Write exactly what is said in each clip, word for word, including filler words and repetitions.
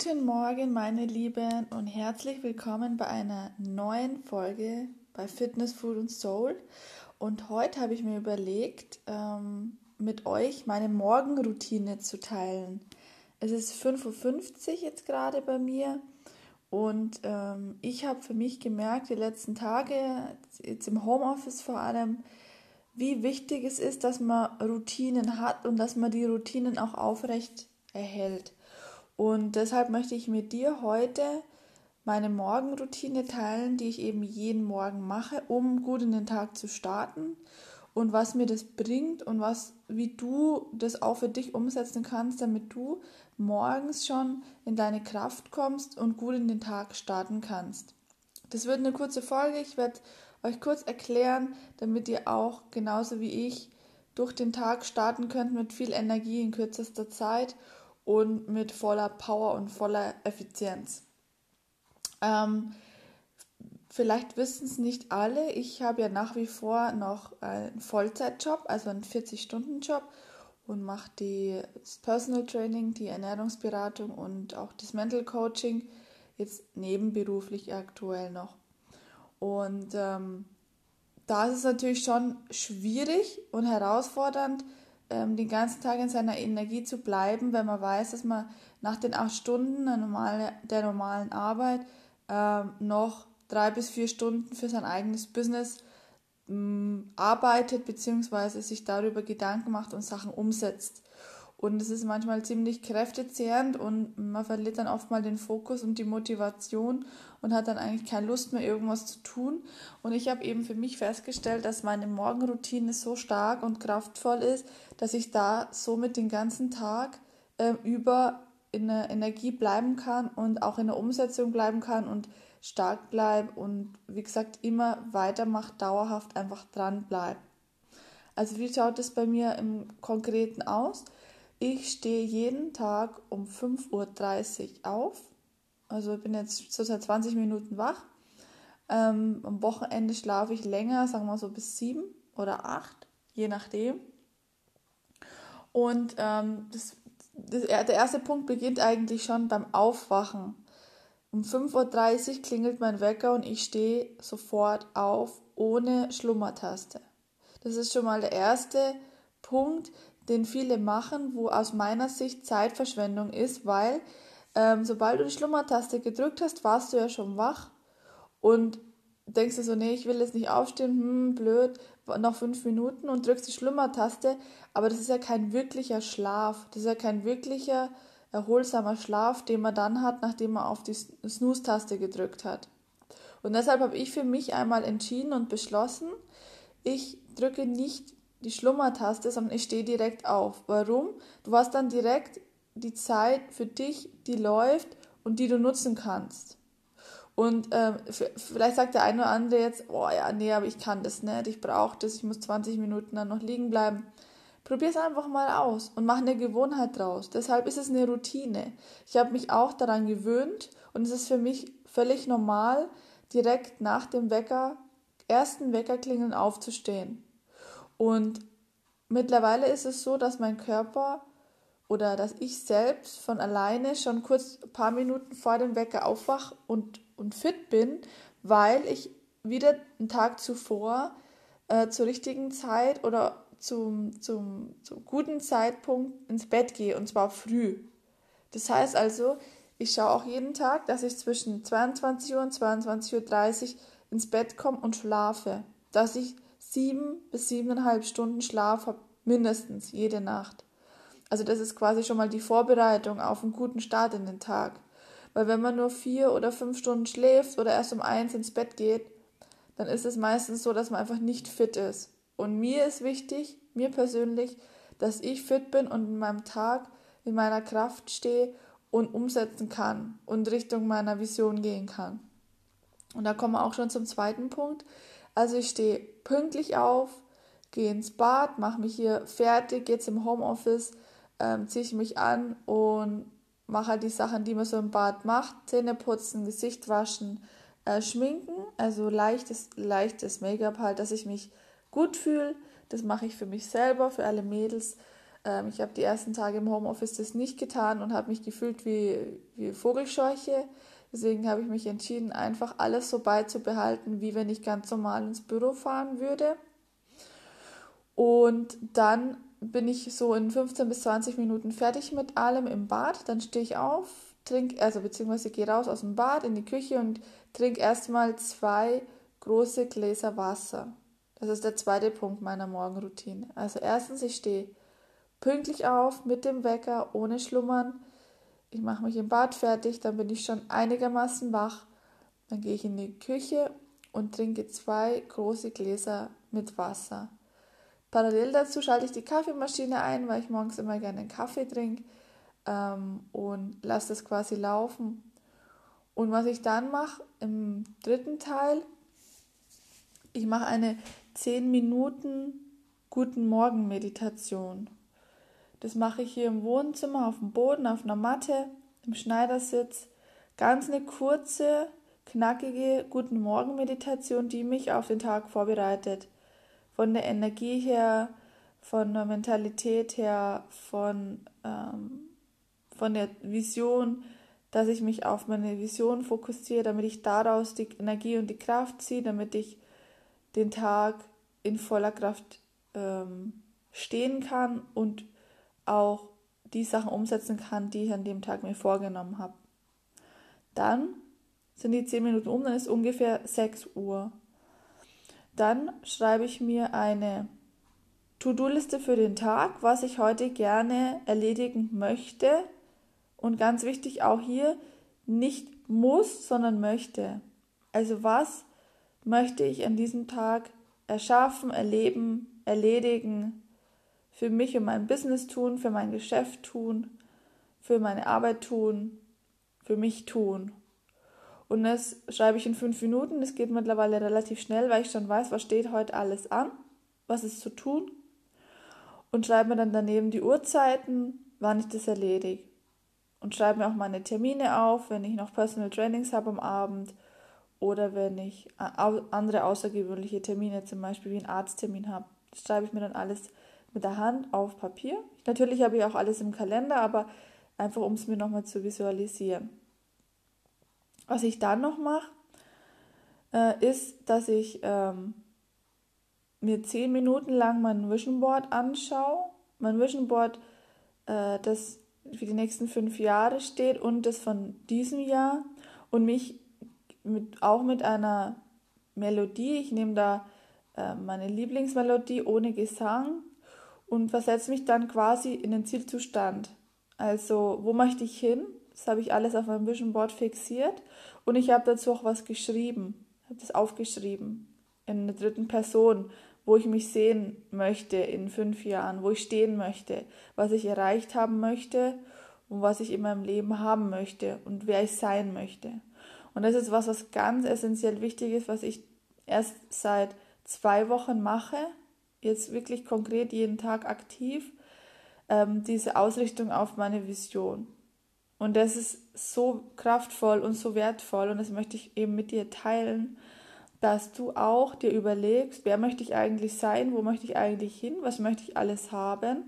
Guten Morgen, meine Lieben, und herzlich willkommen bei einer neuen Folge bei Fitness, Food und Soul. Und heute habe ich mir überlegt, ähm, mit euch meine Morgenroutine zu teilen. Es ist fünf Uhr fünfzig jetzt gerade bei mir und ähm, ich habe für mich gemerkt, die letzten Tage, jetzt im Homeoffice vor allem, wie wichtig es ist, dass man Routinen hat und dass man die Routinen auch aufrecht erhält. Und deshalb möchte ich mit dir heute meine Morgenroutine teilen, die ich eben jeden Morgen mache, um gut in den Tag zu starten und was mir das bringt und was, wie du das auch für dich umsetzen kannst, damit du morgens schon in deine Kraft kommst und gut in den Tag starten kannst. Das wird eine kurze Folge, ich werde euch kurz erklären, damit ihr auch genauso wie ich durch den Tag starten könnt mit viel Energie in kürzester Zeit und mit voller Power und voller Effizienz. Ähm, vielleicht wissen es nicht alle, ich habe ja nach wie vor noch einen Vollzeitjob, also einen vierzig-Stunden-Job und mache die, das Personal Training, die Ernährungsberatung und auch das Mental Coaching jetzt nebenberuflich aktuell noch. Und ähm, da ist es natürlich schon schwierig und herausfordernd, ähm, den ganzen Tag in seiner Energie zu bleiben, wenn man weiß, dass man nach den acht Stunden der, normale, der normalen Arbeit ähm, noch drei bis vier Stunden für sein eigenes Business ähm, arbeitet bzw. sich darüber Gedanken macht und Sachen umsetzt. Und es ist manchmal ziemlich kräftezehrend und man verliert dann oft mal den Fokus und die Motivation und hat dann eigentlich keine Lust mehr, irgendwas zu tun. Und ich habe eben für mich festgestellt, dass meine Morgenroutine so stark und kraftvoll ist, dass ich da somit den ganzen Tag äh, über in der Energie bleiben kann und auch in der Umsetzung bleiben kann und stark bleibe und wie gesagt immer weitermacht, dauerhaft einfach dran bleibe. Also wie schaut es bei mir im Konkreten aus? Ich stehe jeden Tag um fünf Uhr dreißig auf, also ich bin jetzt so seit zwanzig Minuten wach. Ähm, am Wochenende schlafe ich länger, sagen wir so bis sieben oder acht, je nachdem. Und ähm, das, das, der erste Punkt beginnt eigentlich schon beim Aufwachen. Um fünf Uhr dreißig klingelt mein Wecker und ich stehe sofort auf, ohne Schlummertaste. Das ist schon mal der erste Punkt, den viele machen, wo aus meiner Sicht Zeitverschwendung ist, weil ähm, sobald du die Schlummertaste gedrückt hast, warst du ja schon wach und denkst dir so, nee, ich will jetzt nicht aufstehen, hm, blöd, noch fünf Minuten und drückst die Schlummertaste, aber das ist ja kein wirklicher Schlaf, das ist ja kein wirklicher erholsamer Schlaf, den man dann hat, nachdem man auf die Snooze-Taste gedrückt hat. Und deshalb habe ich für mich einmal entschieden und beschlossen, ich drücke nicht die Schlummertaste, sondern ich stehe direkt auf. Warum? Du hast dann direkt die Zeit für dich, die läuft und die du nutzen kannst. Und ähm, vielleicht sagt der eine oder andere jetzt, oh ja, nee, aber ich kann das nicht, ich brauche das, ich muss zwanzig Minuten dann noch liegen bleiben. Probier es einfach mal aus und mach eine Gewohnheit draus. Deshalb ist es eine Routine. Ich habe mich auch daran gewöhnt und es ist für mich völlig normal, direkt nach dem Wecker, ersten Weckerklingeln aufzustehen. Und mittlerweile ist es so, dass mein Körper oder dass ich selbst von alleine schon kurz ein paar Minuten vor dem Wecker aufwach und, und fit bin, weil ich wieder einen Tag zuvor äh, zur richtigen Zeit oder zum, zum, zum guten Zeitpunkt ins Bett gehe, und zwar früh. Das heißt also, ich schaue auch jeden Tag, dass ich zwischen zweiundzwanzig Uhr und zweiundzwanzig Uhr dreißig ins Bett komme und schlafe. Dass ich sieben bis siebeneinhalb Stunden Schlaf habe, mindestens jede Nacht. Also das ist quasi schon mal die Vorbereitung auf einen guten Start in den Tag. Weil wenn man nur vier oder fünf Stunden schläft oder erst um eins ins Bett geht, dann ist es meistens so, dass man einfach nicht fit ist. Und mir ist wichtig, mir persönlich, dass ich fit bin und in meinem Tag in meiner Kraft stehe und umsetzen kann und Richtung meiner Vision gehen kann. Und da kommen wir auch schon zum zweiten Punkt. Also ich stehe pünktlich auf, gehe ins Bad, mache mich hier fertig, jetzt im Homeoffice, ähm, ziehe ich mich an und mache halt die Sachen, die man so im Bad macht. Zähne putzen, Gesicht waschen, äh, schminken, also leichtes, leichtes Make-up halt, dass ich mich gut fühle. Das mache ich für mich selber, für alle Mädels. Ähm, ich habe die ersten Tage im Homeoffice das nicht getan und habe mich gefühlt wie, wie Vogelscheuche. Deswegen habe ich mich entschieden, einfach alles so beizubehalten, wie wenn ich ganz normal ins Büro fahren würde. Und dann bin ich so in fünfzehn bis zwanzig Minuten fertig mit allem im Bad. Dann stehe ich auf, trinke, also beziehungsweise gehe raus aus dem Bad in die Küche und trinke erstmal zwei große Gläser Wasser. Das ist der zweite Punkt meiner Morgenroutine. Also erstens, ich stehe pünktlich auf mit dem Wecker, ohne Schlummern. Ich mache mich im Bad fertig, dann bin ich schon einigermaßen wach. Dann gehe ich in die Küche und trinke zwei große Gläser mit Wasser. Parallel dazu schalte ich die Kaffeemaschine ein, weil ich morgens immer gerne einen Kaffee trinke ähm, und lasse das quasi laufen. Und was ich dann mache im dritten Teil, ich mache eine zehn Minuten Guten Morgen Meditation. Das mache ich hier im Wohnzimmer, auf dem Boden, auf einer Matte, im Schneidersitz. Ganz eine kurze, knackige Guten Morgen Meditation, die mich auf den Tag vorbereitet. Von der Energie her, von der Mentalität her, von, ähm, von der Vision, dass ich mich auf meine Vision fokussiere, damit ich daraus die Energie und die Kraft ziehe, damit ich den Tag in voller Kraft ähm, stehen kann und auch die Sachen umsetzen kann, die ich an dem Tag mir vorgenommen habe. Dann sind die zehn Minuten um, dann ist ungefähr sechs Uhr. Dann schreibe ich mir eine To-Do-Liste für den Tag, was ich heute gerne erledigen möchte. Und ganz wichtig auch hier, nicht muss, sondern möchte. Also was möchte ich an diesem Tag erschaffen, erleben, erledigen, für mich und mein Business tun, für mein Geschäft tun, für meine Arbeit tun, für mich tun. Und das schreibe ich in fünf Minuten. Das geht mittlerweile relativ schnell, weil ich schon weiß, was steht heute alles an, was ist zu tun. Und schreibe mir dann daneben die Uhrzeiten, wann ich das erledige. Und schreibe mir auch meine Termine auf, wenn ich noch Personal Trainings habe am Abend oder wenn ich andere außergewöhnliche Termine, zum Beispiel wie einen Arzttermin habe. Das schreibe ich mir dann alles mit der Hand auf Papier. Natürlich habe ich auch alles im Kalender, aber einfach, um es mir nochmal zu visualisieren. Was ich dann noch mache, äh, ist, dass ich ähm, mir zehn Minuten lang mein Vision Board anschaue. Mein Vision Board, äh, das für die nächsten fünf Jahre steht und das von diesem Jahr und mich mit, auch mit einer Melodie, ich nehme da äh, meine Lieblingsmelodie ohne Gesang und versetze mich dann quasi in den Zielzustand. Also, wo möchte ich hin? Das habe ich alles auf meinem Vision Board fixiert und ich habe dazu auch was geschrieben. Ich habe das aufgeschrieben in der dritten Person, wo ich mich sehen möchte in fünf Jahren, wo ich stehen möchte, was ich erreicht haben möchte und was ich in meinem Leben haben möchte und wer ich sein möchte. Und das ist was, was ganz essentiell wichtig ist, was ich erst seit zwei Wochen mache, jetzt wirklich konkret jeden Tag aktiv, ähm, diese Ausrichtung auf meine Vision. Und das ist so kraftvoll und so wertvoll und das möchte ich eben mit dir teilen, dass du auch dir überlegst, wer möchte ich eigentlich sein, wo möchte ich eigentlich hin, was möchte ich alles haben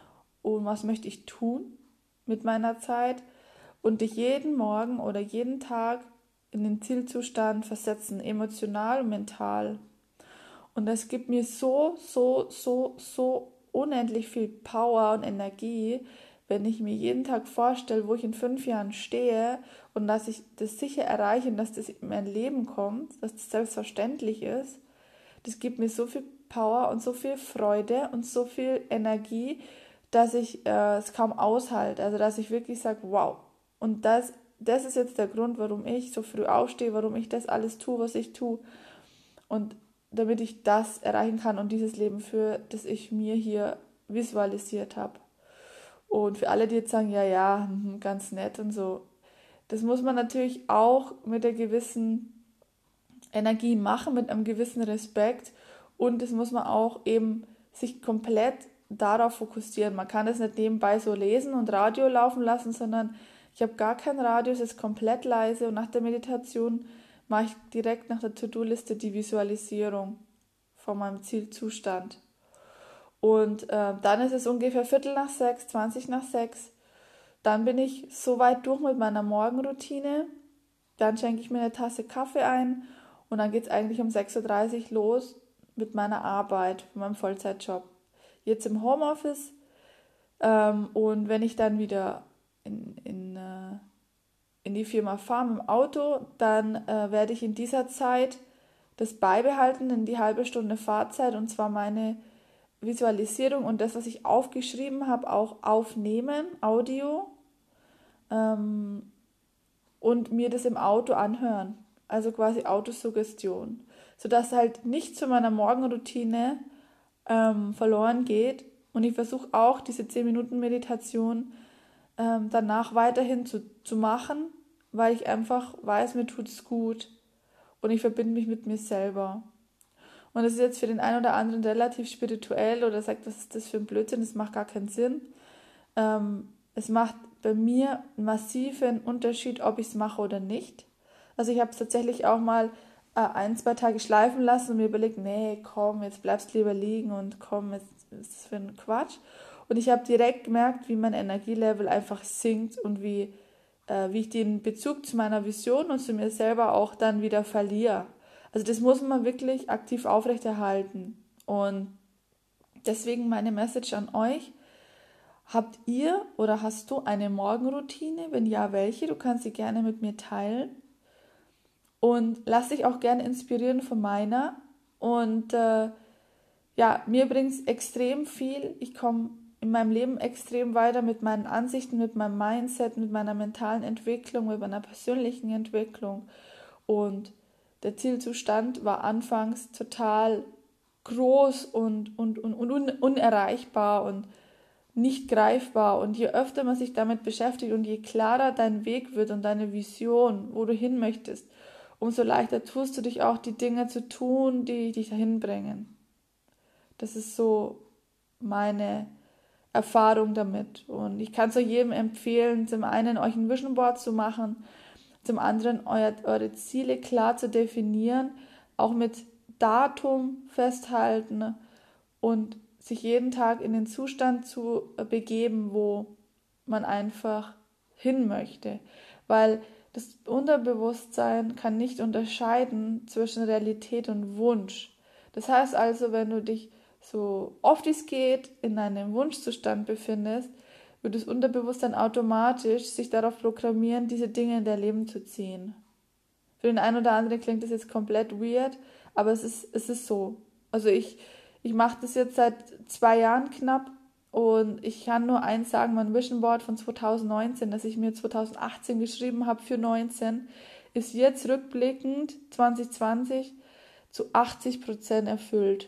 und was möchte ich tun mit meiner Zeit und dich jeden Morgen oder jeden Tag in den Zielzustand versetzen, emotional und mental. Und das gibt mir so, so, so, so unendlich viel Power und Energie, wenn ich mir jeden Tag vorstelle, wo ich in fünf Jahren stehe und dass ich das sicher erreiche und dass das in mein Leben kommt, dass das selbstverständlich ist. Das gibt mir so viel Power und so viel Freude und so viel Energie, dass ich äh, es kaum aushalte. Also dass ich wirklich sage, wow. Und das, das ist jetzt der Grund, warum ich so früh aufstehe, warum ich das alles tue, was ich tue. Und damit ich das erreichen kann und dieses Leben führe, das ich mir hier visualisiert habe. Und für alle, die jetzt sagen, ja, ja, ganz nett und so, das muss man natürlich auch mit einer gewissen Energie machen, mit einem gewissen Respekt und das muss man auch eben sich komplett darauf fokussieren. Man kann das nicht nebenbei so lesen und Radio laufen lassen, sondern ich habe gar kein Radio, es ist komplett leise und nach der Meditation mache ich direkt nach der To-Do-Liste die Visualisierung von meinem Zielzustand. Und äh, dann ist es ungefähr Viertel nach sechs, zwanzig nach sechs. Dann bin ich so weit durch mit meiner Morgenroutine. Dann schenke ich mir eine Tasse Kaffee ein und dann geht es eigentlich um sechs Uhr dreißig los mit meiner Arbeit, mit meinem Vollzeitjob. Jetzt im Homeoffice ähm, und wenn ich dann wieder in, in, äh, in die Firma fahre mit dem Auto, dann äh, werde ich in dieser Zeit das beibehalten, in die halbe Stunde Fahrzeit und zwar meine Visualisierung und das, was ich aufgeschrieben habe, auch aufnehmen, Audio ähm, und mir das im Auto anhören. Also quasi Autosuggestion, sodass halt nichts von meiner Morgenroutine ähm, verloren geht. Und ich versuche auch diese zehn Minuten Meditation ähm, danach weiterhin zu, zu machen, weil ich einfach weiß, mir tut es gut und ich verbinde mich mit mir selber. Und das ist jetzt für den einen oder anderen relativ spirituell oder sagt, was ist das für ein Blödsinn, das macht gar keinen Sinn. Ähm, es macht bei mir einen massiven Unterschied, ob ich es mache oder nicht. Also ich habe es tatsächlich auch mal äh, ein, zwei Tage schleifen lassen und mir überlegt, nee, komm, jetzt bleibst lieber liegen und komm, jetzt ist das für ein Quatsch. Und ich habe direkt gemerkt, wie mein Energielevel einfach sinkt und wie, äh, wie ich den Bezug zu meiner Vision und zu mir selber auch dann wieder verliere. Also das muss man wirklich aktiv aufrechterhalten. Und deswegen meine Message an euch. Habt ihr oder hast du eine Morgenroutine? Wenn ja, welche? Du kannst sie gerne mit mir teilen. Und lass dich auch gerne inspirieren von meiner. Und äh, ja, mir bringt es extrem viel. Ich komme in meinem Leben extrem weiter mit meinen Ansichten, mit meinem Mindset, mit meiner mentalen Entwicklung, mit meiner persönlichen Entwicklung. Und der Zielzustand war anfangs total groß und, und, und, und un, unerreichbar und nicht greifbar. Und je öfter man sich damit beschäftigt und je klarer dein Weg wird und deine Vision, wo du hin möchtest, umso leichter tust du dich auch, die Dinge zu tun, die dich dahin bringen. Das ist so meine Erfahrung damit. Und ich kann es euch jedem empfehlen, zum einen euch ein Vision Board zu machen, zum anderen euer, eure Ziele klar zu definieren, auch mit Datum festhalten und sich jeden Tag in den Zustand zu begeben, wo man einfach hin möchte. Weil das Unterbewusstsein kann nicht unterscheiden zwischen Realität und Wunsch. Das heißt also, wenn du dich so oft es geht in einem Wunschzustand befindest, wird das Unterbewusstsein automatisch sich darauf programmieren, diese Dinge in dein Leben zu ziehen. Für den einen oder anderen klingt das jetzt komplett weird, aber es ist, es ist so. Also ich, ich mache das jetzt seit zwei Jahren knapp und ich kann nur eins sagen, mein Vision Board von zwanzig neunzehn, das ich mir zwanzig achtzehn geschrieben habe für neunzehn, ist jetzt rückblickend zwanzig zwanzig zu achtzig Prozent erfüllt.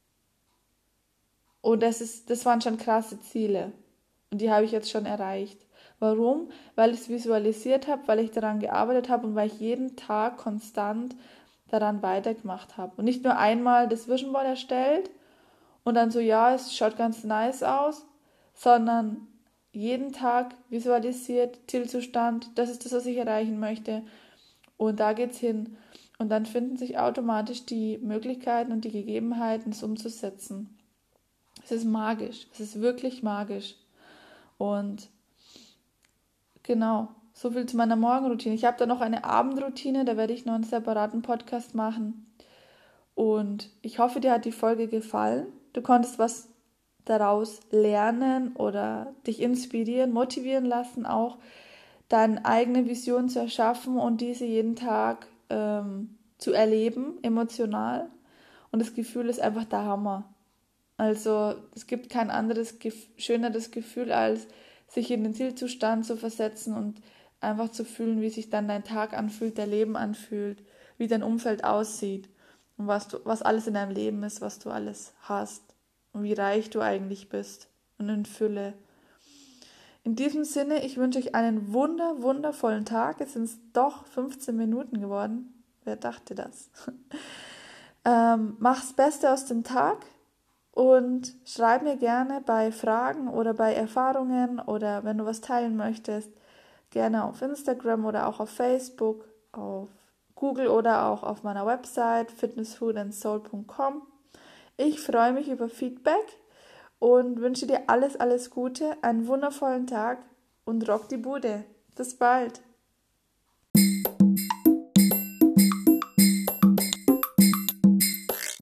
Und das ist, das waren schon krasse Ziele. Und die habe ich jetzt schon erreicht. Warum? Weil ich es visualisiert habe, weil ich daran gearbeitet habe und weil ich jeden Tag konstant daran weitergemacht habe. Und nicht nur einmal das Vision Board erstellt und dann so, ja, es schaut ganz nice aus, sondern jeden Tag visualisiert, Zielzustand, das ist das, was ich erreichen möchte. Und da geht's hin. Und dann finden sich automatisch die Möglichkeiten und die Gegebenheiten, es umzusetzen. Es ist magisch. Es ist wirklich magisch. Und genau, so viel zu meiner Morgenroutine. Ich habe da noch eine Abendroutine, da werde ich noch einen separaten Podcast machen. Und ich hoffe, dir hat die Folge gefallen. Du konntest was daraus lernen oder dich inspirieren, motivieren lassen, auch deine eigene Vision zu erschaffen und diese jeden Tag ähm, zu erleben, emotional. Und das Gefühl ist einfach der Hammer. Also es gibt kein anderes, schöneres Gefühl, als sich in den Zielzustand zu versetzen und einfach zu fühlen, wie sich dann dein Tag anfühlt, dein Leben anfühlt, wie dein Umfeld aussieht und was du, was alles in deinem Leben ist, was du alles hast und wie reich du eigentlich bist und in Fülle. In diesem Sinne, ich wünsche euch einen wunder, wundervollen Tag. Jetzt sind es doch fünfzehn Minuten geworden. Wer dachte das? ähm, mach's Beste aus dem Tag. Und schreib mir gerne bei Fragen oder bei Erfahrungen oder wenn du was teilen möchtest, gerne auf Instagram oder auch auf Facebook, auf Google oder auch auf meiner Website fitness food and soul punkt com. Ich freue mich über Feedback und wünsche dir alles, alles Gute, einen wundervollen Tag und rock die Bude. Bis bald!